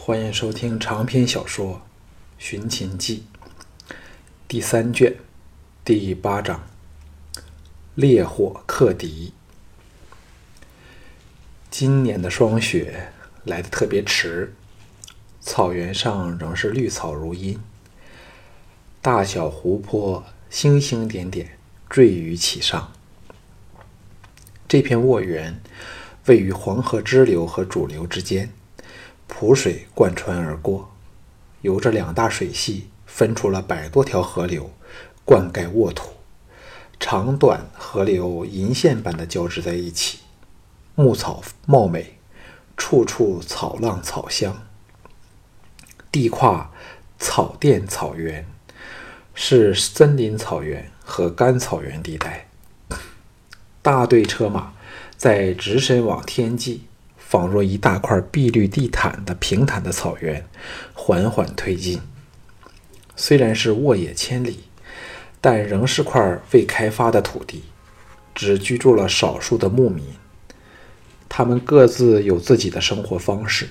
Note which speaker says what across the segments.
Speaker 1: 欢迎收听长篇小说《寻秦记》第3卷第8章烈火克敌。今年的霜雪来得特别迟，草原上仍是绿草如茵，大小湖泊星星点点坠于其上。这片沃原位于黄河支流和主流之间，蒲水贯穿而过，由这2大水系分出了100多条河流，灌溉沃土，长短河流银线般的交织在一起，牧草茂美，处处草浪草香。地跨草甸草原，是森林草原和干草原地带。大队车马在直身往天际，仿若一大块碧绿地毯的平坦的草原缓缓推进。虽然是沃野千里，但仍是块未开发的土地，只居住了少数的牧民。他们各自有自己的生活方式。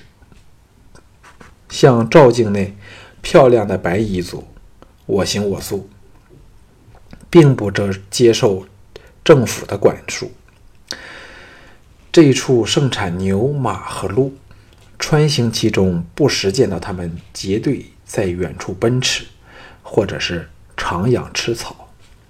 Speaker 1: 像赵境内漂亮的白彝族，我行我素，并不接受政府的管束。这一处盛产牛马和鹿，穿行其中不时见到他们结队在远处奔驰，或者是徜徉吃草。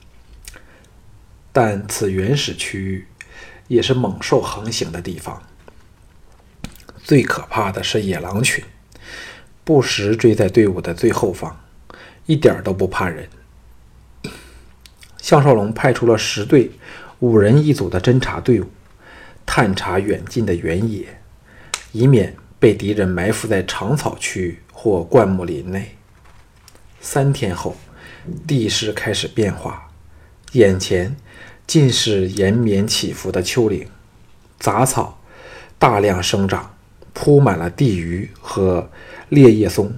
Speaker 1: 但此原始区域也是猛兽横行的地方，最可怕的是野狼群，不时追在队伍的最后方，一点都不怕人。项少龙派出了10队5人一组的侦察队伍，探查远近的原野，以免被敌人埋伏在长草区或灌木林内。3天后，地势开始变化，眼前尽是延绵起伏的丘陵，杂草大量生长，铺满了地榆和烈叶松，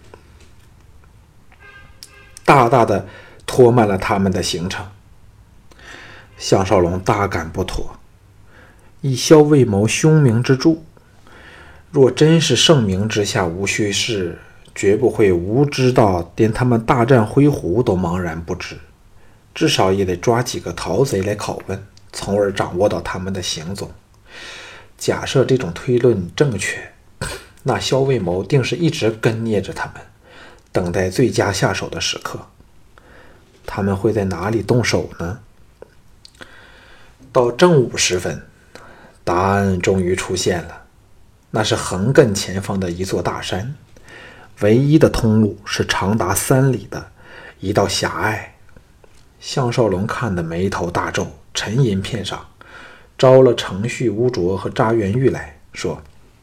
Speaker 1: 大大的拖慢了他们的行程。项少龙大感不妥，以萧卫谋凶名之著，若真是盛名之下无虚事，绝不会无知到连他们大战灰狐都茫然不知。至少也得抓几个逃贼来拷问，从而掌握到他们的行踪。假设这种推论正确，那萧卫谋定是一直跟捏着他们，等待最佳下手的时刻。他们会在哪里动手呢？到正午时分，答案终于出现了。那是横亘前方的一座大山，唯一的通路是长达3里的一道狭隘。项少龙看得眉头大皱，沉吟片上，招了程旭、乌卓和查元玉来说：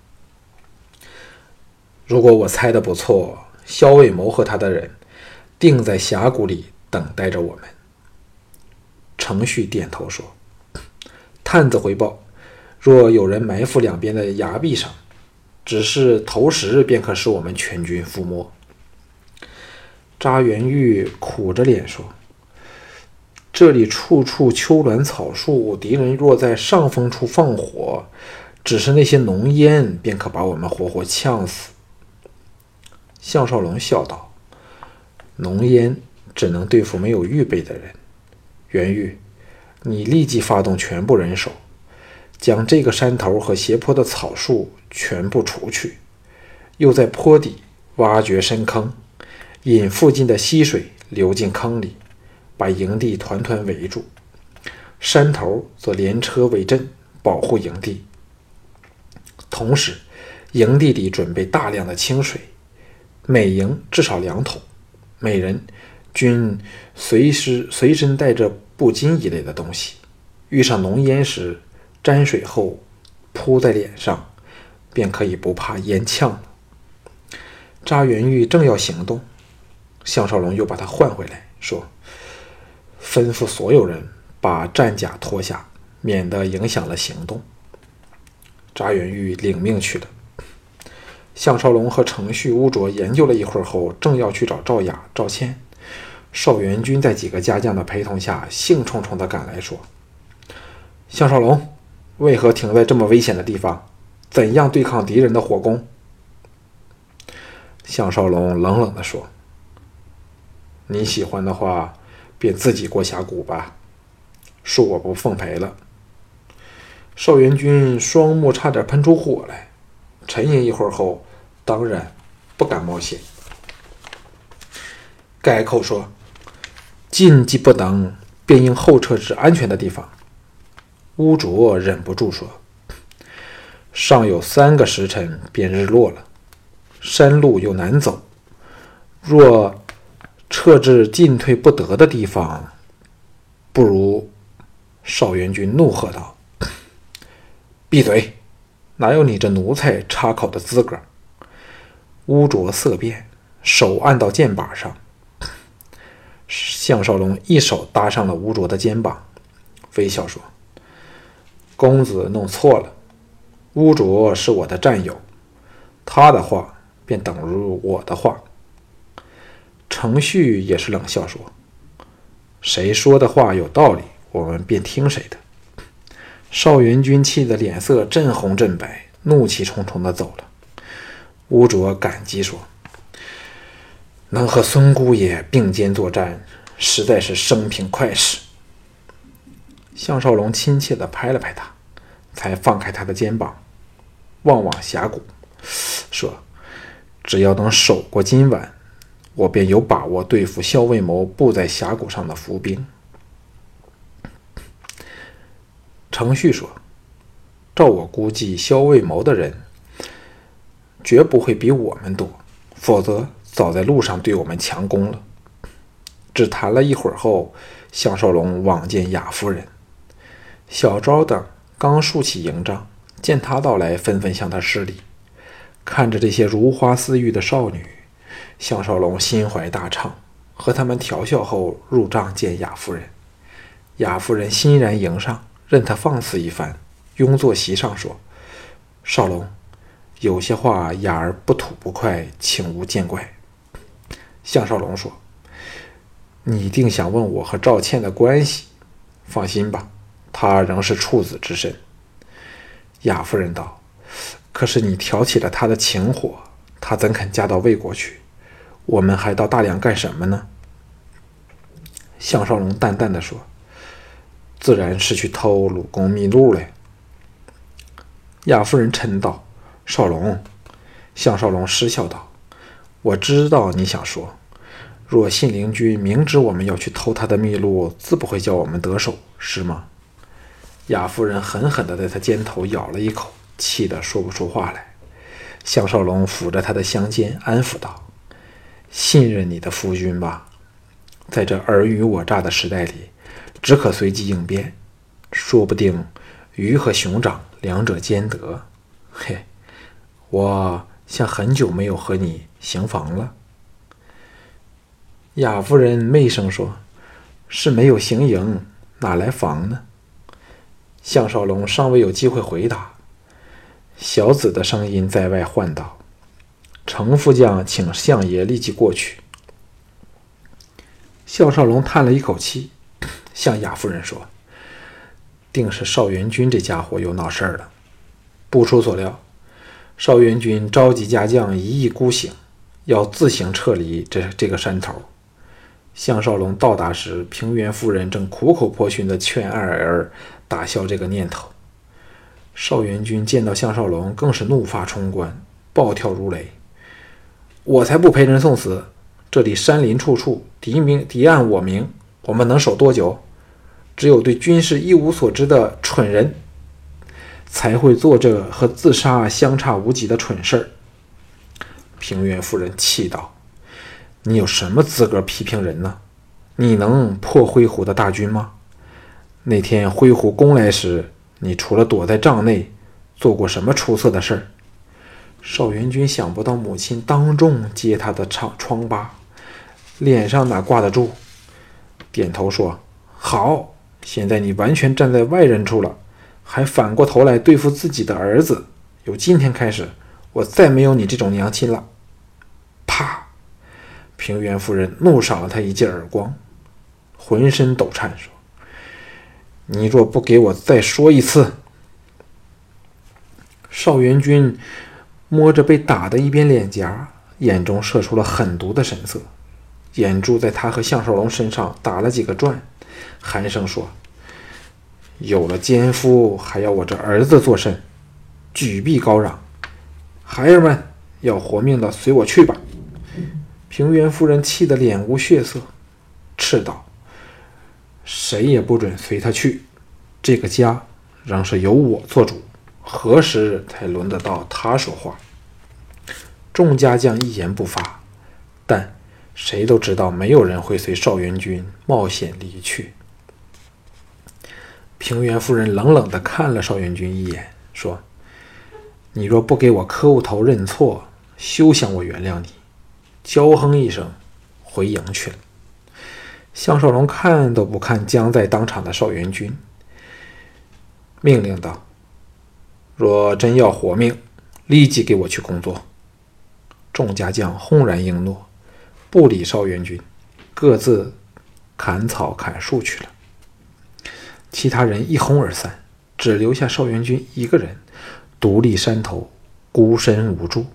Speaker 1: 如果我猜得不错，萧卫谋和他的人定在峡谷里等待着我们。程旭点头说：探子回报，若有人埋伏两边的崖壁上，只是投石便可使我们全军覆没。查元玉苦着脸说：这里处处丘峦草树，敌人若在上风处放火，只是那些浓烟便可把我们活活呛死。项少龙笑道：浓烟只能对付没有预备的人。元玉，你立即发动全部人手，将这个山头和斜坡的草树全部除去，又在坡底挖掘深坑，引附近的溪水流进坑里，把营地团团围住，山头则连车为阵，保护营地。同时，营地里准备大量的清水，每营至少2桶，每人均随身带着布巾一类的东西，遇上浓烟时，沾水后扑在脸上，便可以不怕烟呛了。查元玉正要行动，项少龙又把他唤回来，说：吩咐所有人把战甲脱下，免得影响了行动。查元玉领命去了。项少龙和程旭、乌卓研究了一会儿后，正要去找赵雅、赵谦。邵元军在几个家将的陪同下，兴冲冲地赶来说：项少龙，为何停在这么危险的地方？怎样对抗敌人的火攻？ 项少龙冷冷地说：“你喜欢的话，便自己过峡谷吧，恕我不奉陪了。”邵元军双目差点喷出火来，沉吟一会儿后，当然不敢冒险，改口说：“进既不能，便应后撤至安全的地方。”乌卓忍不住说：“尚有3个时辰便日落了，山路又难走，若撤至进退不得的地方，不如……”邵元军怒喝道：“闭嘴！哪有你这奴才插口的资格？”乌卓色变，手按到剑把上。项少龙一手搭上了乌卓的肩膀，微笑说：“公子弄错了，乌卓是我的战友，他的话便等于我的话。”程旭也是冷笑说：“谁说的话有道理，我们便听谁的。”邵元军气得脸色阵红阵白，怒气冲冲地走了。乌卓感激说：“能和孙姑爷并肩作战，实在是生平快事。”项少龙亲切地拍了拍他，才放开他的肩膀，望望峡谷，说：“只要能守过今晚，我便有把握对付萧卫谋布在峡谷上的伏兵。”程旭说：“照我估计，萧卫谋的人绝不会比我们多，否则早在路上对我们强攻了。”只谈了一会儿后，项少龙往见雅夫人、小昭等刚竖起营帐，见他到来，纷纷向他施礼。看着这些如花似玉的少女，项少龙心怀大畅，和他们调笑后入帐见雅夫人。雅夫人欣然迎上，任他放肆一番，拥坐席上说：“少龙，有些话雅儿不吐不快，请勿见怪。”项少龙说：“你一定想问我和赵倩的关系，放心吧，她仍是处子之身。”雅夫人道：“可是你挑起了她的情火，她怎肯嫁到魏国去？我们还到大梁干什么呢？”项少龙淡淡的说：“自然是去偷鲁公秘录嘞。”雅夫人嗔道：“少龙。”项少龙失笑道：“我知道你想说，若信陵君明知我们要去偷他的秘录，自不会叫我们得手，是吗？”雅夫人狠狠地在他肩头咬了一口，气得说不出话来。项少龙抚着他的香肩，安抚道：“信任你的夫君吧，在这尔虞我诈的时代里，只可随机应变，说不定鱼和熊掌两者兼得。嘿，我像很久没有和你行房了。”雅夫人媚声说：“是没有行营，哪来房呢？”项少龙尚未有机会回答，小子的声音在外唤道：“程副将请相爷立即过去。”项少龙叹了一口气，向雅夫人说：“定是邵元军这家伙又闹事儿了。”不出所料，邵元军召集家将一意孤行，要自行撤离这个山头。项少龙到达时，平原夫人正苦口婆心地劝爱儿打消这个念头。邵元军见到项少龙，更是怒发冲冠，暴跳如雷：“我才不陪人送死！这里山林处处，敌暗我明，我们能守多久？只有对军事一无所知的蠢人，才会做这和自杀相差无几的蠢事儿。”平原夫人气道：“你有什么资格批评人呢？你能破灰狐的大军吗？那天灰狐攻来时，你除了躲在帐内，做过什么出色的事儿？”邵元军想不到母亲当众揭他的疮疤，脸上哪挂得住，点头说：“好，现在你完全站在外人处了，还反过头来对付自己的儿子。由今天开始，我再没有你这种娘亲了。”啪！平原夫人怒赏了他一记耳光，浑身抖颤，说：“你若不给我再说一次！”邵元军摸着被打的一边脸颊， 眼中射出了狠毒的神色，眼珠在他和项少龙身上打了几个转，寒声说：“有了奸夫，还要我这儿子作甚？”举臂高嚷：“孩儿们，要活命的随我去吧！”平原夫人气得脸无血色，斥道：“谁也不准随他去，这个家仍是由我做主，何时才轮得到他说话？”众家将一言不发，但谁都知道没有人会随邵元君冒险离去。平原夫人冷冷地看了邵元君一眼，说：“你若不给我磕头认错，休想我原谅你。”娇哼一声，回营去了。项少龙看都不看僵在当场的邵元君，命令道：“若真要活命，立即给我去工作。”众家将轰然应诺，不理邵元君，各自砍草砍树去了。其他人一哄而散，只留下邵元君一个人独立山头，孤身无助。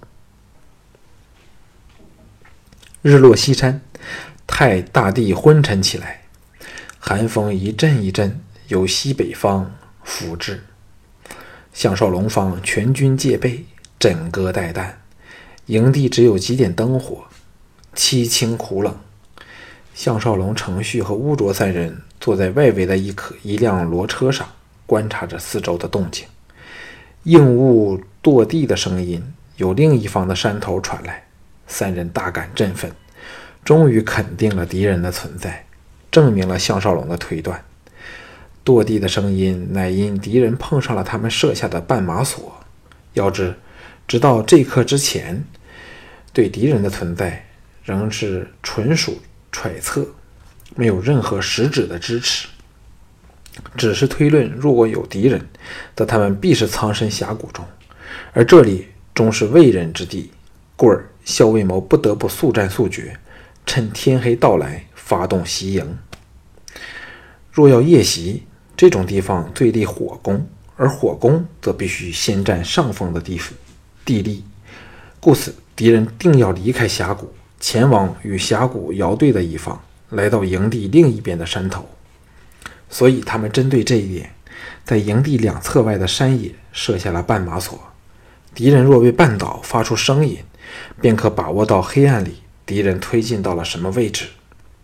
Speaker 1: 日落西山，太大地昏沉起来，寒风一阵一阵由西北方拂至。项少龙方全军戒备，枕戈待旦，营地只有几点灯火，凄清苦冷。项少龙、程旭和乌卓三人坐在外围的一辆骡车上，观察着四周的动静。硬物跺地的声音由另一方的山头传来，三人大感振奋，终于肯定了敌人的存在，证明了项少龙的推断。跺地的声音乃因敌人碰上了他们设下的绊马索。要知，直到这刻之前，对敌人的存在仍是纯属揣测，没有任何实质的支持，只是推论若果有敌人，则他们必是藏身峡谷中，而这里终是未人之地，故而校尉谋不得不速战速决，趁天黑到来发动袭营。若要夜袭，这种地方最利火攻，而火攻则必须先占上风的地利，故此敌人定要离开峡谷，前往与峡谷遥对的一方，来到营地另一边的山头。所以他们针对这一点，在营地两侧外的山野设下了绊马索。敌人若被绊倒发出声音，便可把握到黑暗里敌人推进到了什么位置。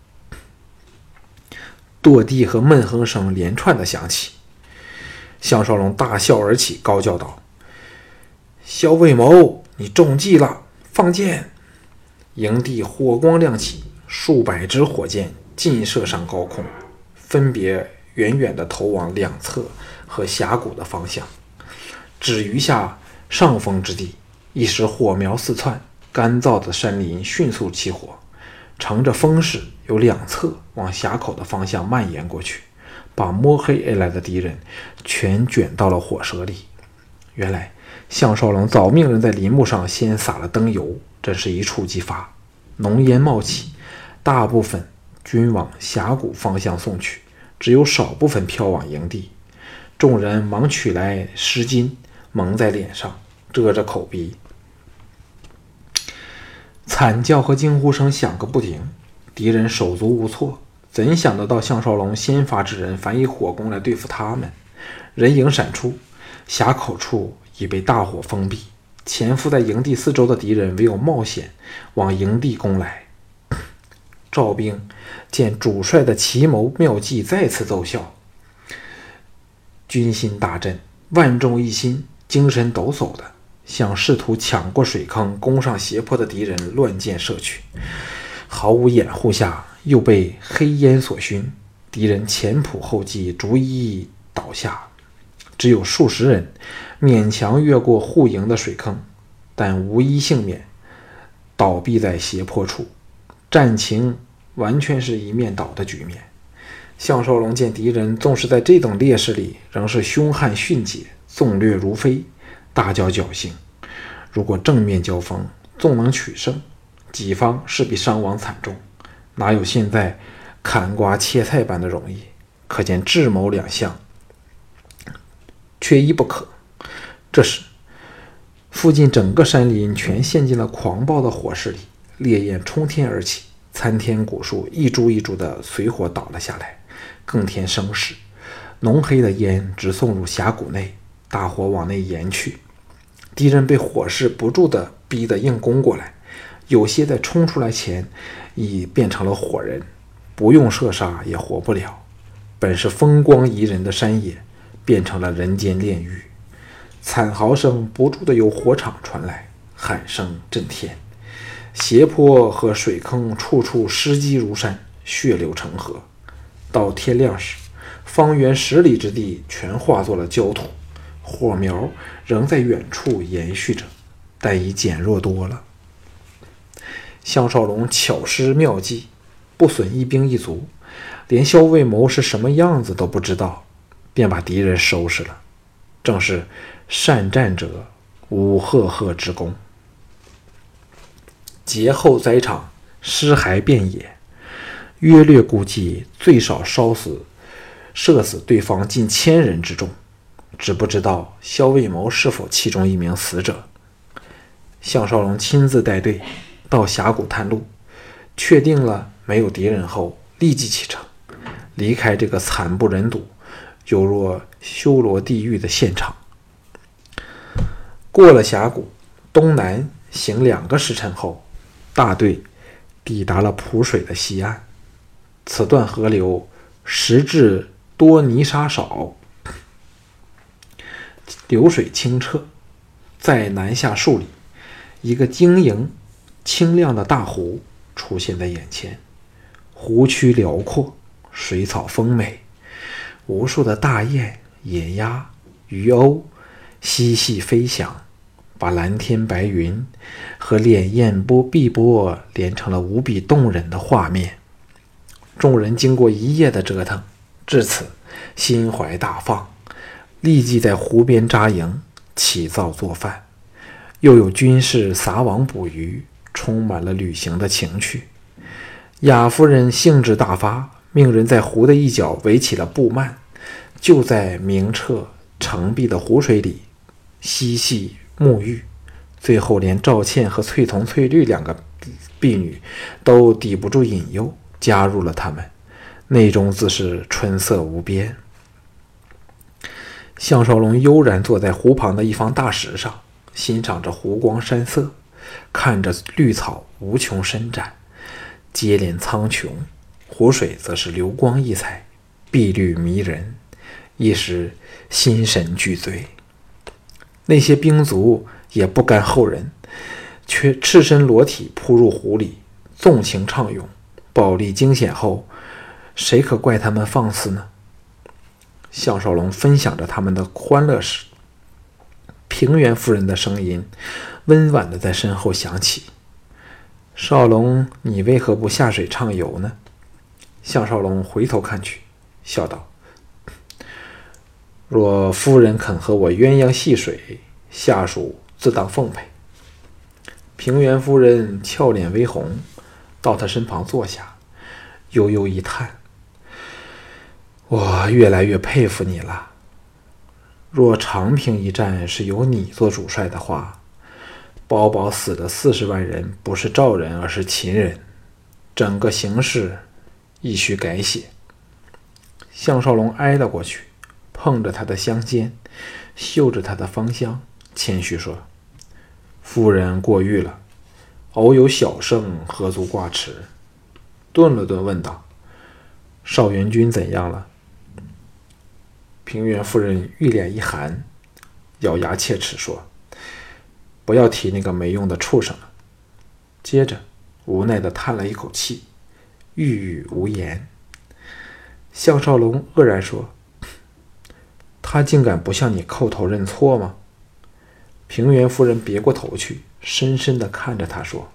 Speaker 1: 跺地和闷哼声连串的响起，项少龙大笑而起，高叫道：“校尉谋，你中计了，放箭！”营地火光亮起，数百支火箭尽射上高空，分别远远地投往两侧和峡谷的方向。只余下上风之地，一时火苗四窜，干燥的山林迅速起火，乘着风势由两侧往峡口的方向蔓延过去，把摸黑而来的敌人全卷到了火舌里。原来项少龙早命人在林木上先撒了灯油，这是一触即发，浓烟冒起，大部分均往峡谷方向送去，只有少部分飘往营地。众人忙取来湿巾蒙在脸上，遮着口鼻。惨叫和惊呼声响个不停，敌人手足无措，怎想得到项少龙先发制人，反以火攻来对付他们？人影闪出，峡口处已被大火封闭，潜伏在营地四周的敌人唯有冒险往营地攻来。赵兵见主帅的奇谋妙计再次奏效，军心大振，万众一心，精神抖擞的向试图抢过水坑攻上斜坡的敌人乱箭射去。毫无掩护下，又被黑烟所熏，敌人前仆后继，逐一倒下，只有数十人勉强越过护营的水坑，但无一幸免，倒闭在斜坡处。战情完全是一面倒的局面。项少龙见敌人纵使在这种劣势里仍是凶悍迅捷，纵掠如飞，大叫侥幸，如果正面交锋纵能取胜，己方势必伤亡惨重，哪有现在砍瓜切菜般的容易？可见智谋两项缺一不可。这时附近整个山林全陷进了狂暴的火势里，烈焰冲天而起，参天古树一株一株的随火倒了下来，更添声势。浓黑的烟直送入峡谷内，大火往内延去。敌人被火势不住地逼得硬攻过来，有些在冲出来前已变成了火人，不用射杀也活不了。本是风光宜人的山野，变成了人间炼狱。惨嚎声不住地由火场传来，喊声震天。斜坡和水坑处处尸积如山，血流成河。到天亮时，方圆10里之地全化作了焦土，火苗仍在远处延续着，但已减弱多了。项少龙巧施妙计，不损一兵一卒，连萧卫谋是什么样子都不知道，便把敌人收拾了。正是善战者无赫赫之功。劫后灾场，尸骸遍野，约略估计最少射死对方近1000人之众，只不知道萧卫谋是否其中一名死者。项少龙亲自带队到峡谷探路，确定了没有敌人后，立即启程，离开这个惨不忍睹、犹若修罗地狱的现场。过了峡谷，东南行2个时辰后，大队抵达了蒲水的西岸。此段河流时至多泥沙少，流水清澈。在南下数里，一个晶莹清亮的大湖出现在眼前。湖区辽阔，水草丰美，无数的大雁、野鸭、鱼鸥嬉戏飞翔，把蓝天白云和潋滟碧波连成了无比动人的画面。众人经过一夜的折腾，至此心怀大放，立即在湖边扎营，起灶做饭。又有军士撒网捕鱼，充满了旅行的情趣。雅夫人兴致大发，命人在湖的一角围起了布幔，就在明澈澄碧的湖水里嬉戏沐浴。最后连赵倩和翠桐、翠绿2个婢女都抵不住引诱，加入了他们，内中自是春色无边。项少龙悠然坐在湖旁的一方大石上，欣赏着湖光山色，看着绿草无穷伸展，接连苍穹，湖水则是流光溢彩，碧绿迷人，一时心神俱醉。那些兵卒也不甘后人，却赤身裸体扑入湖里，纵情畅泳，饱历惊险后，谁可怪他们放肆呢？项少龙分享着他们的欢乐时，平原夫人的声音温婉地在身后响起：“少龙，你为何不下水畅游呢？”项少龙回头看去，笑道：“若夫人肯和我鸳鸯戏水，下属自当奉陪。”平原夫人俏脸微红，到他身旁坐下，悠悠一叹：“我越来越佩服你了。若长平一战是由你做主帅的话，包保死的40万人不是赵人，而是秦人，整个形势亦须改写。”项少龙挨了过去，碰着他的香肩，嗅着他的芳香，谦虚说：“夫人过誉了，偶有小胜，何足挂齿。”顿了顿，问道：“少元君怎样了？”平原夫人玉脸一寒，咬牙切齿说：“不要提那个没用的畜生了。”接着无奈地叹了一口气，欲语无言。项少龙愕然说：“他竟敢不向你叩头认错吗？”平原夫人别过头去，深深地看着他说：“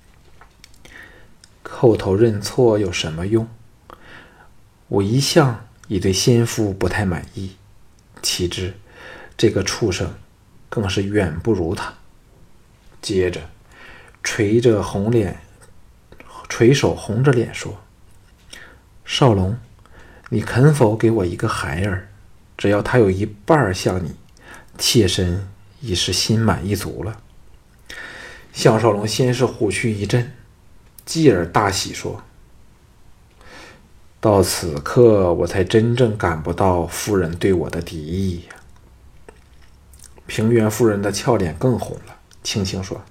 Speaker 1: 叩头认错有什么用？我一向已对先夫不太满意，岂知这个畜生更是远不如他。”接着垂手红着脸说：“少龙，你肯否给我一个孩儿？只要他有一半像你，妾身已是心满意足了。项少龙先是虎躯一震，继而大喜说：“到此刻，我才真正感不到夫人对我的敌意。”平原夫人的俏脸更红了，轻轻说：“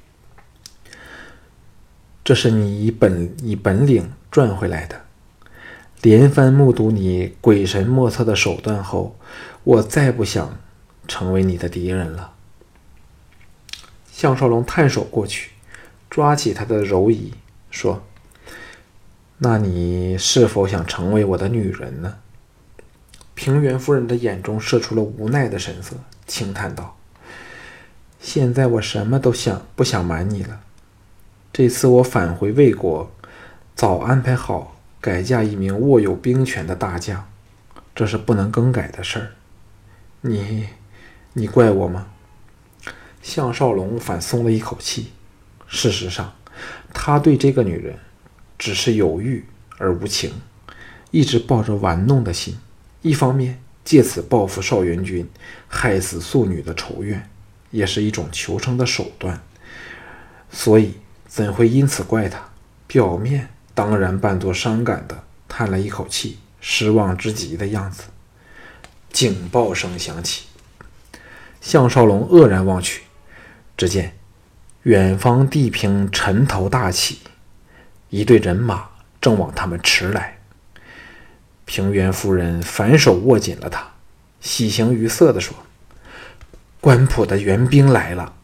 Speaker 1: 这是你以本领赚回来的。连番目睹你鬼神莫测的手段后，我再不想成为你的敌人了。”项少龙探手过去，抓起他的柔仪，说：“那你是否想成为我的女人呢？”平原夫人的眼中射出了无奈的神色，轻叹道：“现在我什么都不想瞒你了。这次我返回魏国，早安排好改嫁一名握有兵权的大将，这是不能更改的事儿。你怪我吗？”项少龙反松了一口气。事实上，他对这个女人只是有欲而无情，一直抱着玩弄的心，一方面借此报复邵元君害死素女的仇怨，也是一种求生的手段，所以怎会因此怪他？表面当然扮作伤感的叹了一口气，失望之极的样子。警报声响起，项少龙愕然望去，只见远方地平尘头大起，一队人马正往他们驰来。平原夫人反手握紧了他，喜形于色地说：“官府的援兵来了。”